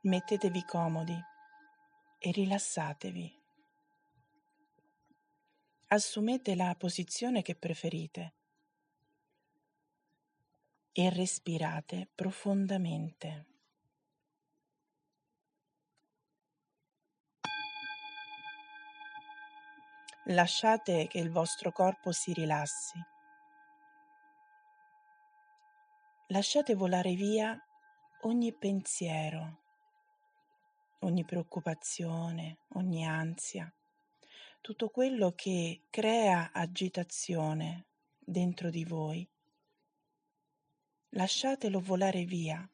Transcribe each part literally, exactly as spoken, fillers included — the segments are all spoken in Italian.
Mettetevi comodi e rilassatevi. Assumete la posizione che preferite e respirate profondamente. Lasciate che il vostro corpo si rilassi. Lasciate volare via ogni pensiero, ogni preoccupazione, ogni ansia, tutto quello che crea agitazione dentro di voi. Lasciatelo volare via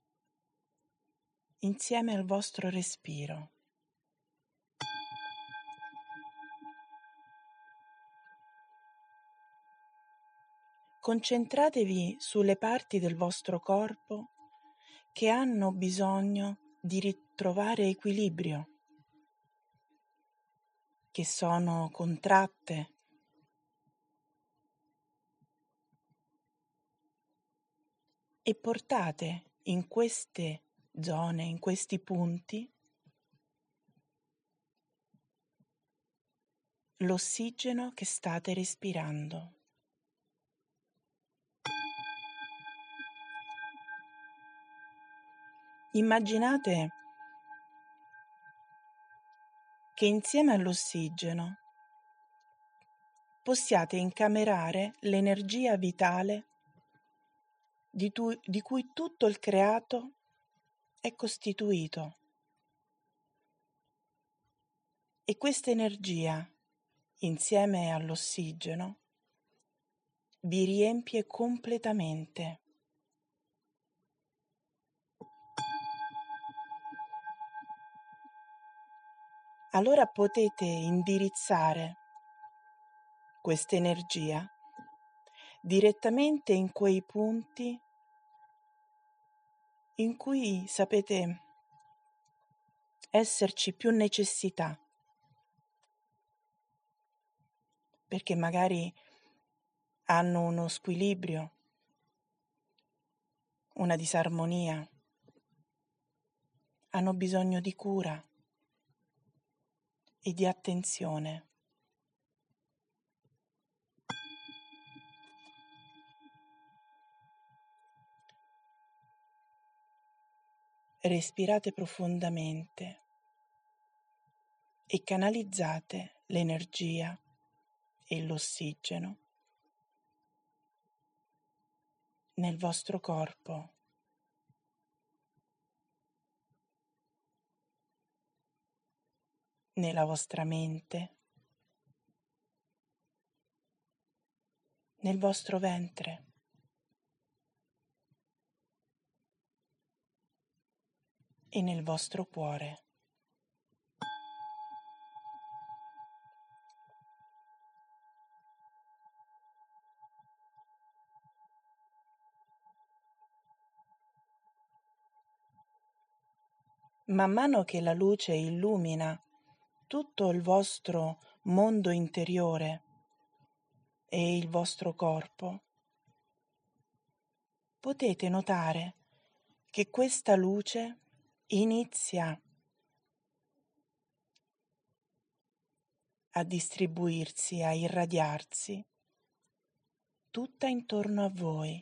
insieme al vostro respiro. Concentratevi sulle parti del vostro corpo che hanno bisogno di ritrovare equilibrio, che sono contratte, e portate in queste zone, in questi punti, l'ossigeno che state respirando. Immaginate che insieme all'ossigeno possiate incamerare l'energia vitale di, tu, di cui tutto il creato è costituito. E questa energia, insieme all'ossigeno, vi riempie completamente. Allora potete indirizzare questa energia direttamente in quei punti in cui sapete esserci più necessità, perché magari hanno uno squilibrio, una disarmonia, hanno bisogno di cura e di attenzione. Respirate profondamente e canalizzate l'energia e l'ossigeno nel vostro corpo. Nella vostra mente, nel vostro ventre. E nel vostro cuore. Man mano che la luce illumina tutto il vostro mondo interiore e il vostro corpo, potete notare che questa luce inizia a distribuirsi, a irradiarsi tutta intorno a voi,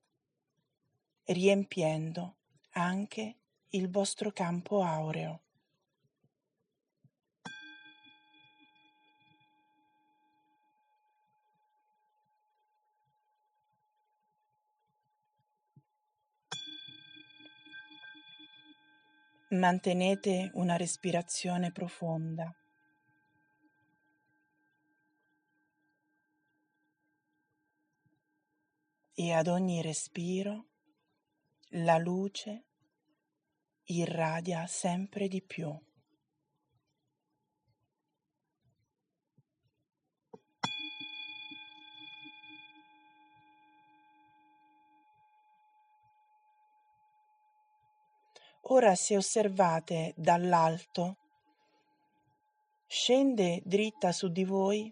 riempiendo anche il vostro campo aureo. Mantenete una respirazione profonda. E ad ogni respiro la luce irradia sempre di più. Ora, se osservate dall'alto, scende dritta su di voi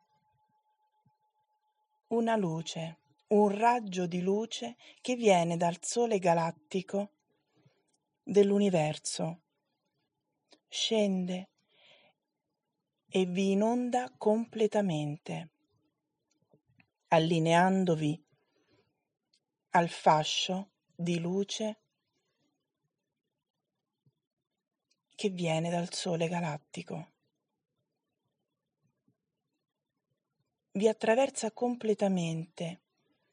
una luce, un raggio di luce che viene dal Sole galattico dell'universo, scende e vi inonda completamente, allineandovi al fascio di luce che viene dal Sole galattico. Vi attraversa completamente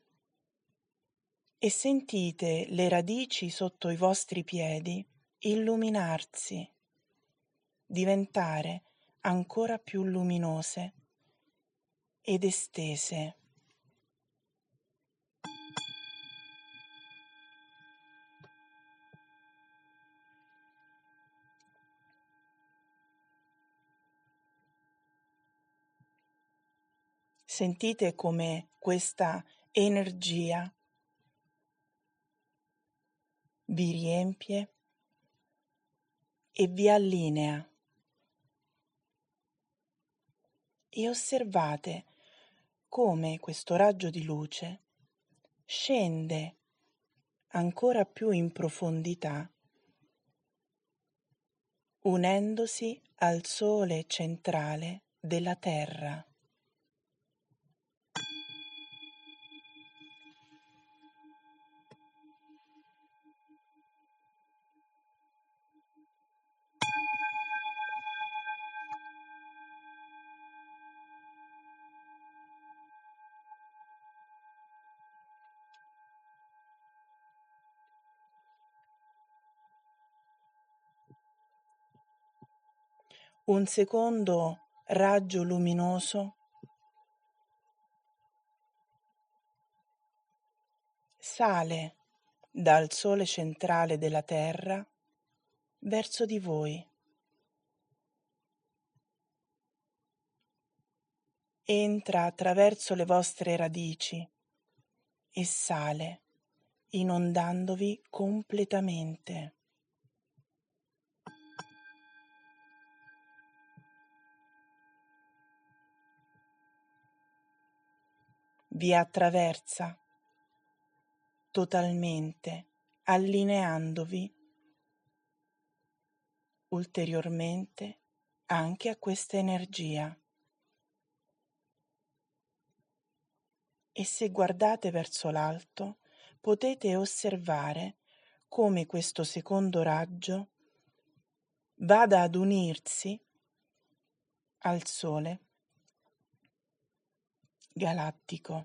e sentite le radici sotto i vostri piedi illuminarsi, diventare ancora più luminose ed estese. Sentite come questa energia vi riempie e vi allinea e osservate come questo raggio di luce scende ancora più in profondità, unendosi al Sole centrale della Terra. Un secondo raggio luminoso sale dal Sole centrale della Terra verso di voi. Entra attraverso le vostre radici e sale, inondandovi completamente. Vi attraversa totalmente, allineandovi ulteriormente anche a questa energia. E se guardate verso l'alto, potete osservare come questo secondo raggio vada ad unirsi al Sole galattico.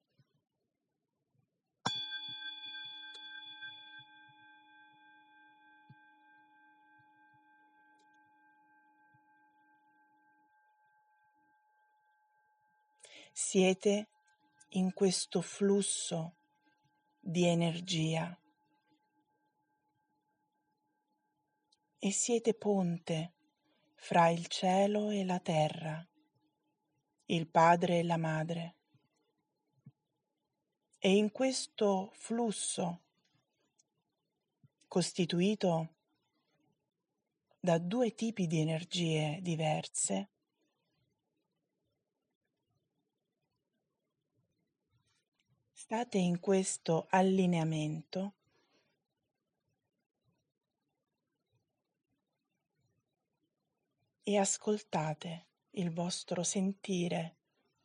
Siete in questo flusso di energia e siete ponte fra il cielo e la terra, il padre e la madre. E in questo flusso, costituito da due tipi di energie diverse, state in questo allineamento e ascoltate il vostro sentire.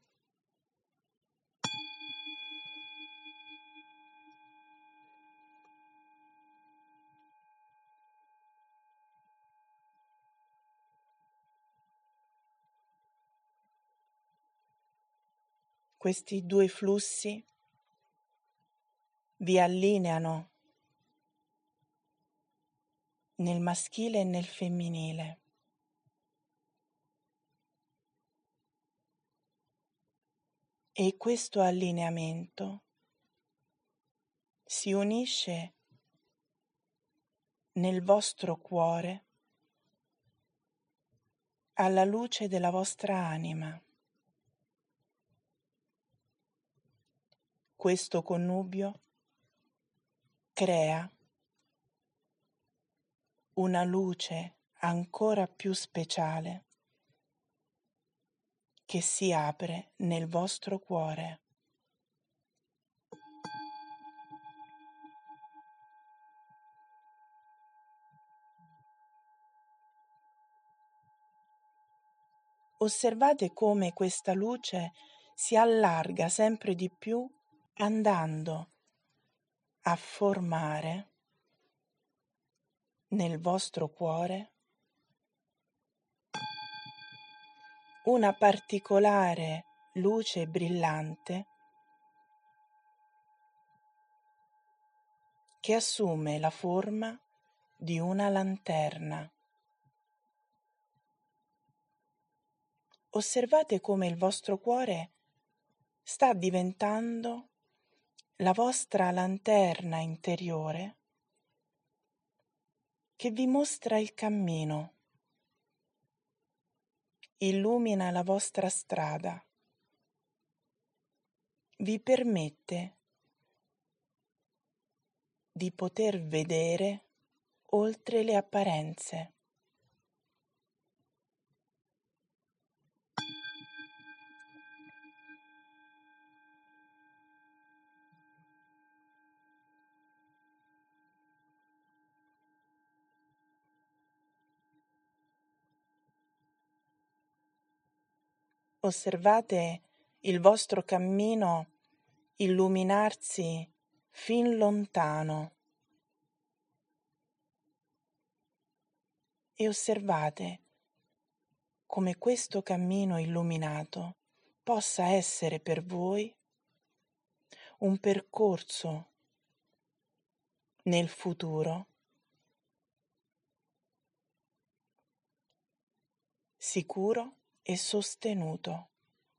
Questi due flussi vi allineano nel maschile e nel femminile. E questo allineamento si unisce nel vostro cuore alla luce della vostra anima. Questo connubio crea una luce ancora più speciale che si apre nel vostro cuore. Osservate come questa luce si allarga sempre di più, andando a formare nel vostro cuore una particolare luce brillante che assume la forma di una lanterna. Osservate come il vostro cuore sta diventando la vostra lanterna interiore che vi mostra il cammino, illumina la vostra strada, vi permette di poter vedere oltre le apparenze. Osservate il vostro cammino illuminarsi fin lontano e osservate come questo cammino illuminato possa essere per voi un percorso nel futuro sicuro e sostenuto.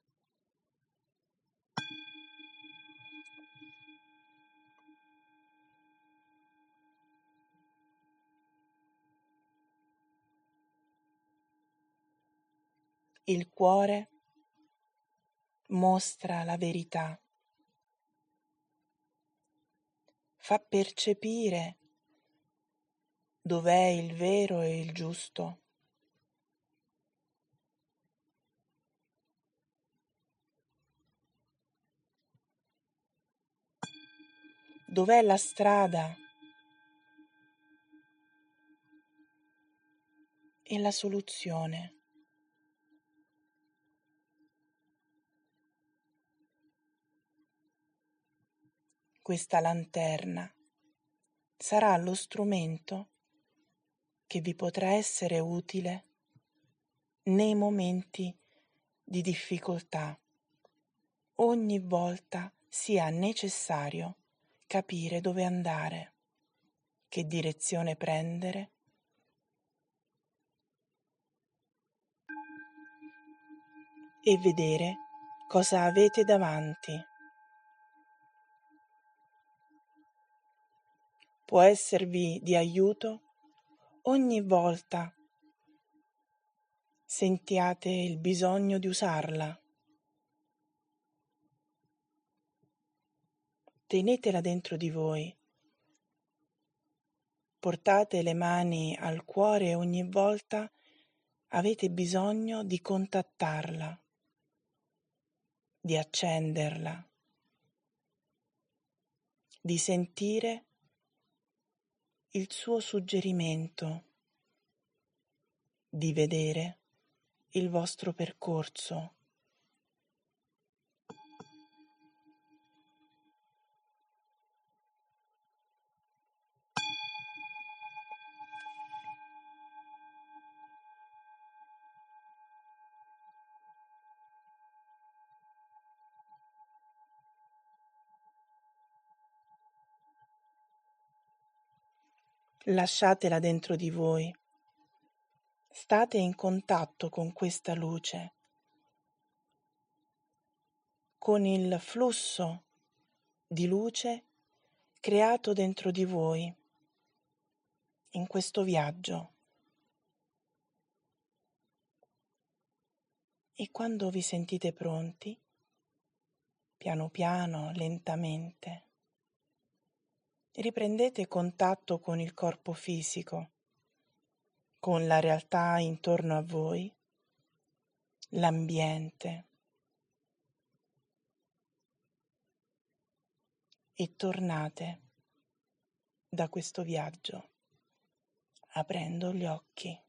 Il cuore mostra la verità, fa percepire dov'è il vero e il giusto. Dov'è la strada e la soluzione. Questa lanterna sarà lo strumento che vi potrà essere utile nei momenti di difficoltà, ogni volta sia necessario capire dove andare, che direzione prendere e vedere cosa avete davanti. Può esservi di aiuto ogni volta sentiate il bisogno di usarla. Tenetela dentro di voi. Portate le mani al cuore ogni volta avete bisogno di contattarla, di accenderla, di sentire il suo suggerimento, di vedere il vostro percorso. Lasciatela dentro di voi. State in contatto con questa luce, con il flusso di luce creato dentro di voi in questo viaggio. E quando vi sentite pronti, piano piano, lentamente, riprendete contatto con il corpo fisico, con la realtà intorno a voi, l'ambiente, e tornate da questo viaggio aprendo gli occhi.